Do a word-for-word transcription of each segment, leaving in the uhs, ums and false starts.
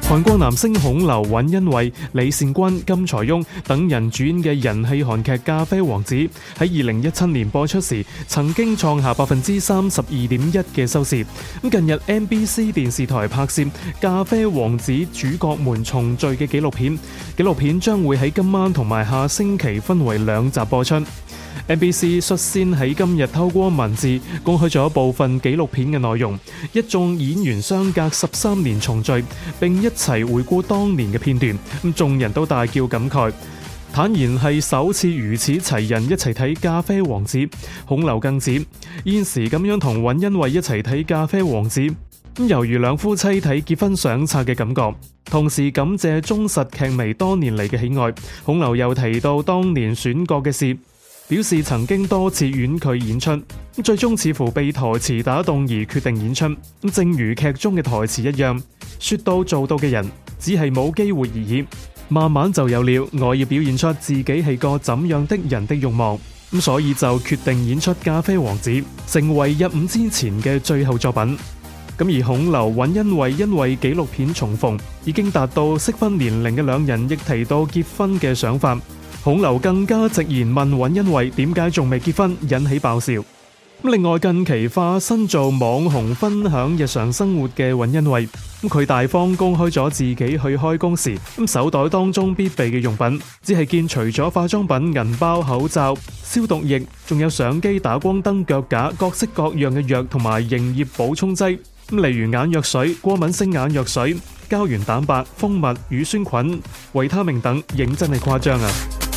韓國男星孔劉、尹恩惠、李善均、金財翁等人主演嘅人氣韓劇《咖啡王子》喺二零一七年播出時，曾經創下百分之三十二點一嘅收視。咁近日 M B C 電視台拍攝《咖啡王子》主角們重聚嘅紀錄片，紀錄片將會喺今晚同埋下星期分為兩集播出。M B C 率先喺今日透過文字公開咗部分紀錄片嘅內容，一眾演員相隔十三年重聚，並一齊回顧當年嘅片段，咁眾人都大叫感慨，坦言係首次如此齊人一齊睇《咖啡王子》。孔劉更指現時咁樣同尹恩惠一齊睇《咖啡王子》，咁猶如兩夫妻睇結婚相冊嘅感覺。同時感謝忠實劇迷多年嚟嘅喜愛。孔劉又提到當年選角嘅事，表示曾經多次婉拒演出，最終似乎被台詞打動而決定演出。正如劇中嘅台詞一樣，說到做到嘅人，只係冇機會而已。慢慢就有了我要表現出自己係個怎樣的人的慾望，咁所以就決定演出《咖啡王子》，成為入伍之前嘅最後作品。咁而孔劉、尹恩惠因為紀錄片重逢，已經達到適婚年齡嘅兩人亦提到結婚嘅想法。孔劉更加直言問尹恩惠點解仲未結婚，引起爆笑。另外近期化身做網紅分享日常生活嘅尹恩惠，佢大方公開咗自己去開工時手袋當中必備嘅用品，只係見除咗化妝品、銀包、口罩、消毒液，仲有相機、打光燈、腳架、各式各樣嘅藥同埋營業補充劑，例如眼藥水、過敏性眼藥水、膠原蛋白、蜂蜜、乳酸菌、維他命等，認真係誇張啊！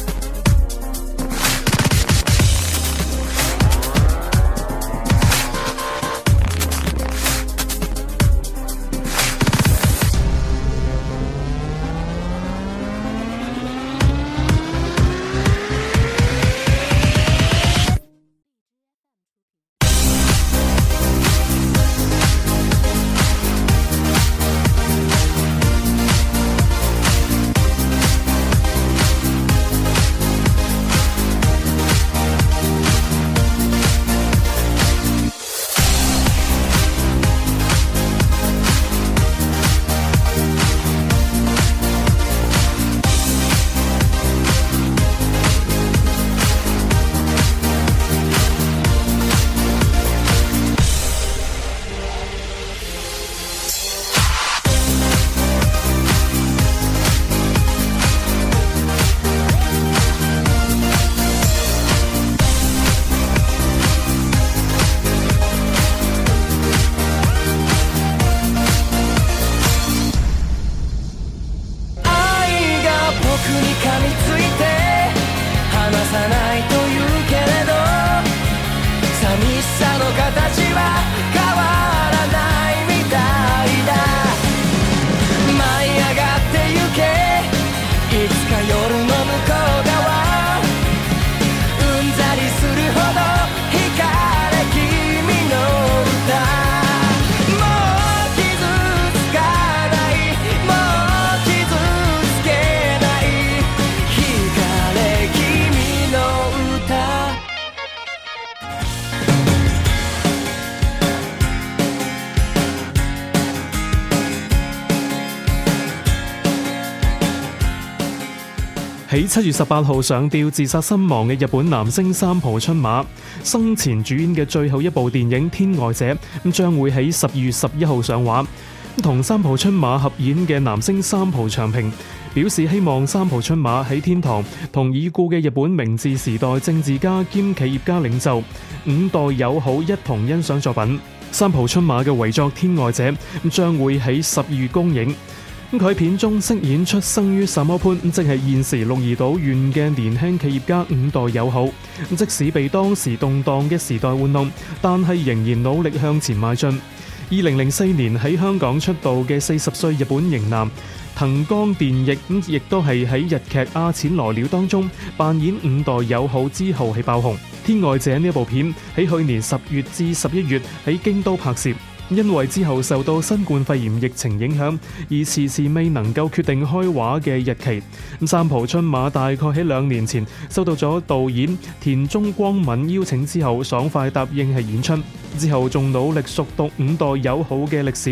喺七月十八號上吊自殺身亡嘅日本男星三浦春馬，生前主演嘅最後一部電影《天外者》咁將會喺十二月十一號上畫。同三浦春馬合演嘅男星三浦翔平表示，希望三浦春馬喺天堂同已故嘅日本明治時代政治家兼企業家領袖五代友好一同欣賞作品。三浦春馬嘅遺作《天外者》咁將會喺十二月公映。佢喺片中飾演出生於薩摩藩，即係現時鹿兒島縣嘅年輕企業家五代友好。即使被當時動盪嘅時代玩弄，但係仍然努力向前邁進。二零零四年喺香港出道嘅四十歲日本型男藤岡電翼，咁亦都係喺日劇《阿淺來了》當中扮演五代友好之後係爆紅。《天外者》呢部片喺去年十月至十一月喺京都拍攝。因為之後受到新冠肺炎疫情影響，而遲遲未能夠決定開畫嘅日期。三浦春馬大概喺兩年前收到咗導演田中光敏邀請之後，爽快答應係演出。之後仲努力熟讀五代友好嘅歷史。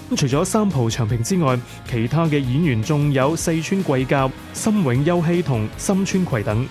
除咗三浦長平之外，其他嘅演員仲有四川貴教、森永優希同森川葵等。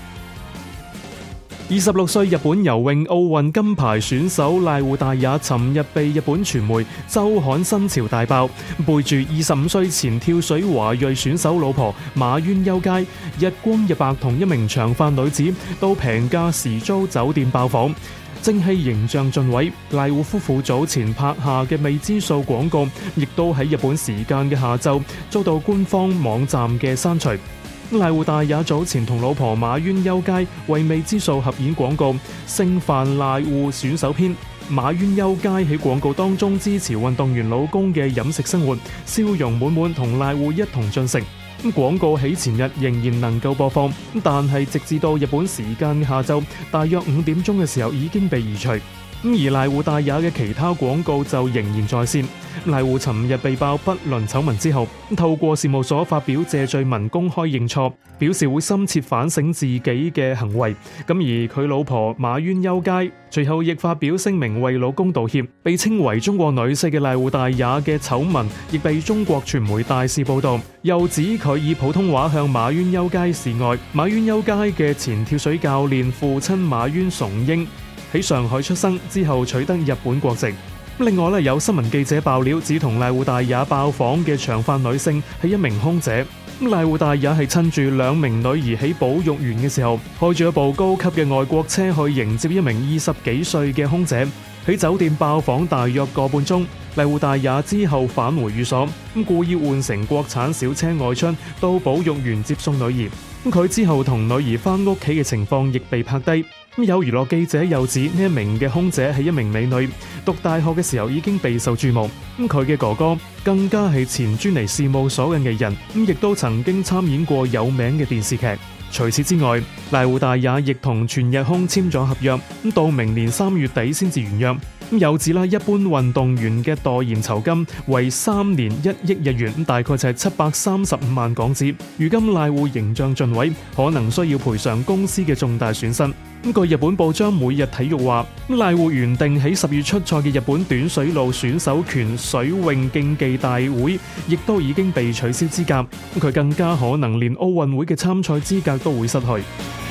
二十六歲日本游泳奧運金牌選手瀨戶大也尋日被日本傳媒週刊新潮大爆，背住二十五歲前跳水華裔選手老婆馬淵優佳，日光日白同一名長髮女子到平價時租酒店爆房，正係形象盡毀。瀨戶夫婦早前拍下嘅未知數廣告，亦都喺日本時間嘅下晝遭到官方網站嘅刪除。瀨戶大也早前同老婆馬淵優佳為未知數合演廣告《盛飯瀨戶選手篇》，馬淵優佳喺廣告當中支持運動員老公嘅飲食生活，笑容滿滿同瀨戶一同進食。廣告喺前日仍然能夠播放，但係直至到日本時間下晝大約五點鐘嘅時候已經被移除。而瀨戶大也嘅其他廣告就仍然在線。瀨戶尋日被爆不倫醜聞之後，透過事務所發表謝罪文，公開認錯，表示會深切反省自己嘅行為。咁而佢老婆馬淵優佳隨後亦發表聲明為老公道歉。被稱為中國女婿嘅瀨戶大也嘅醜聞亦被中國傳媒大肆報道，又指佢以普通話向馬淵優佳示愛。馬淵優佳嘅前跳水教練父親馬淵崇英喺上海出生，之後取得日本國籍。另外咧，有新聞記者爆料指同瀨戶大也爆房嘅長髮女性係一名空姐。瀨戶大也係趁住兩名女兒喺保育園嘅時候，開住一部高級嘅外國車去迎接一名二十幾歲嘅空姐。喺酒店爆房大約個半鐘，瀨戶大也之後返回寓所，咁故意換乘國產小車外出到保育園接送女兒。咁佢之後同女兒翻屋企嘅情況亦被拍低。有娛樂記者又指呢一名嘅空姐係一名美女，讀大學嘅時候已經備受注目。咁佢嘅哥哥更加係前專尼事務所嘅藝人，咁亦都曾經參演過有名嘅電視劇。除此之外，瀨戶大也亦同全日空簽咗合約，咁到明年三月底先至完約。咁有指啦，一般運動員嘅代言酬金為三年一億日元，咁大概就係七百三十五萬港紙。如今瀨戶形象盡毀，可能需要賠償公司嘅重大損失。咁據日本報章每日體育話，瀨戶原定喺十月出賽嘅日本短水路選手權水泳競技大會，亦都已經被取消資格。佢更加可能連奧運會嘅參賽資格都會失去。